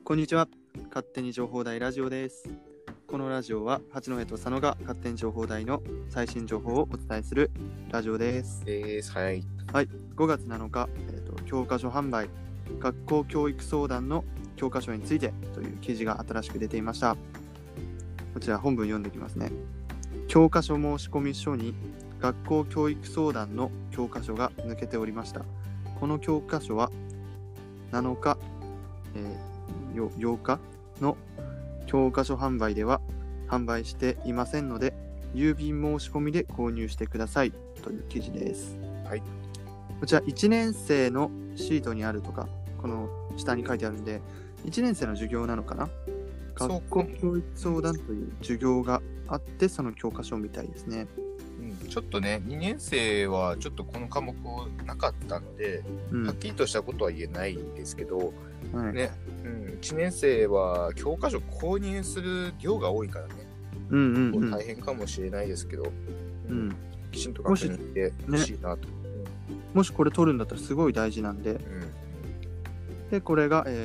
こんにちは。勝手に情報大ラジオです。このラジオは八戸と佐野が勝手に情報大の最新情報をお伝えするラジオです。 はい。 5月7日、教科書販売、学校教育相談の教科書についてという記事が新しく出ていました。こちら本文読んでいきますね。教科書申込書に学校教育相談の教科書が抜けておりました。この教科書は7日、8日の教科書販売では販売していませんので、郵便申し込みで購入してくださいという記事です。 はい。 こちら1年生のシートにあるとか、この下に書いてあるんで、1年生の授業なのかな。学校教育相談という授業があって、その教科書みたいですね。 ちょっとね、2年生はちょっとこの科目なかったので、はっきりとしたことは言えないんですけど、ね、1年生は教科書購入する量が多いからね、大変かもしれないですけど、きちんと確認してほしいなと。 もしこれ取るんだったらすごい大事なんで、で、これが、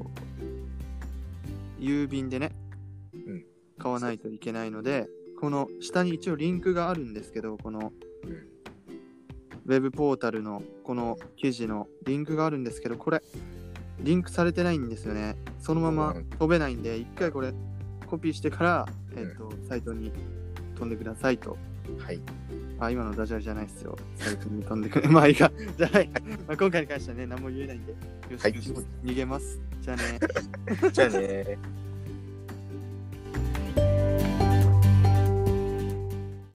郵便でね、買わないといけないので、この下に一応リンクがあるんですけど、このウェブポータルのこの記事のリンクがあるんですけど、これリンクされてないんですよね。そのまま飛べないんで、一回これコピーしてから、サイトに飛んでくださいと。はい。今のダジャレじゃないですよ。サイトに飛んでくれ。まあいいか。じゃあ、今回に関してはね、何も言えないんで、よし、逃げます。じゃあね。 じゃあね。